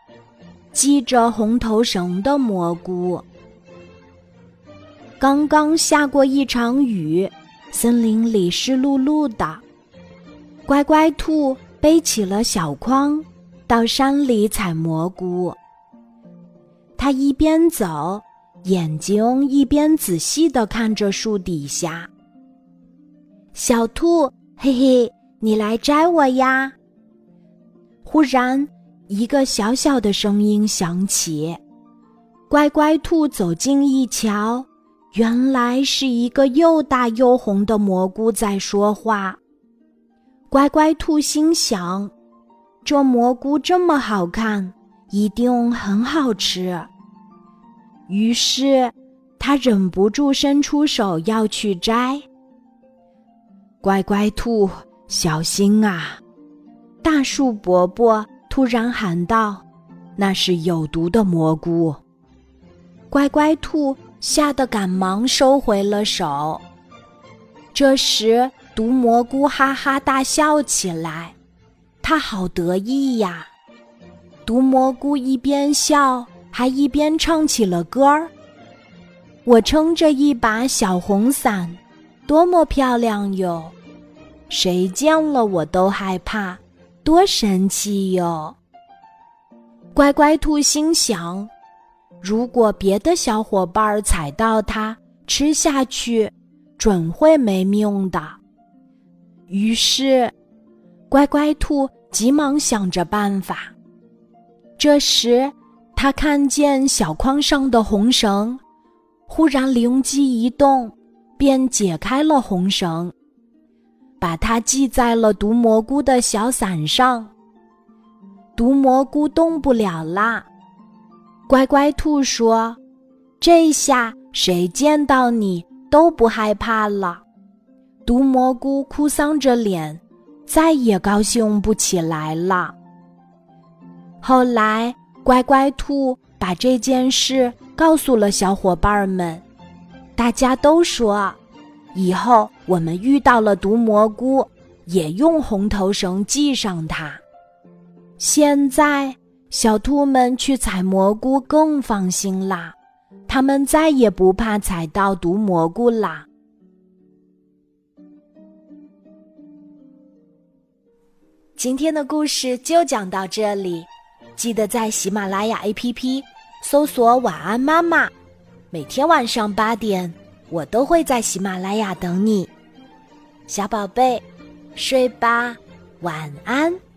系着红头绳的蘑菇。刚刚下过一场雨，森林里湿漉漉的。乖乖兔背起了小筐，到山里采蘑菇。他一边走，眼睛一边仔细地看着树底下。小兔，嘿嘿，你来摘我呀！忽然，一个小小的声音响起。乖乖兔走近一瞧，原来是一个又大又红的蘑菇在说话。乖乖兔心想，这蘑菇这么好看，一定很好吃。于是，他忍不住伸出手要去摘。乖乖兔，小心啊！大树伯伯突然喊道，那是有毒的蘑菇。乖乖兔吓得赶忙收回了手。这时，毒蘑菇哈哈大笑起来，它好得意呀！毒蘑菇一边笑，还一边唱起了歌儿。我撑着一把小红伞，多么漂亮哟！谁见了我都害怕，多神气哟！乖乖兔心想，如果别的小伙伴踩到它，吃下去，准会没命的。于是，乖乖兔急忙想着办法。这时，他看见小筐上的红绳，忽然灵机一动，便解开了红绳，把它系在了毒蘑菇的小伞上。毒蘑菇动不了啦。乖乖兔说，这下谁见到你都不害怕了。毒蘑菇哭丧着脸，再也高兴不起来了。后来，乖乖兔把这件事告诉了小伙伴们，大家都说，以后我们遇到了毒蘑菇，也用红头绳系上它。现在，小兔们去采蘑菇更放心啦，它们再也不怕采到毒蘑菇啦。今天的故事就讲到这里，记得在喜马拉雅 APP 搜索晚安妈妈，每天晚上8点，我都会在喜马拉雅等你。小宝贝，睡吧，晚安。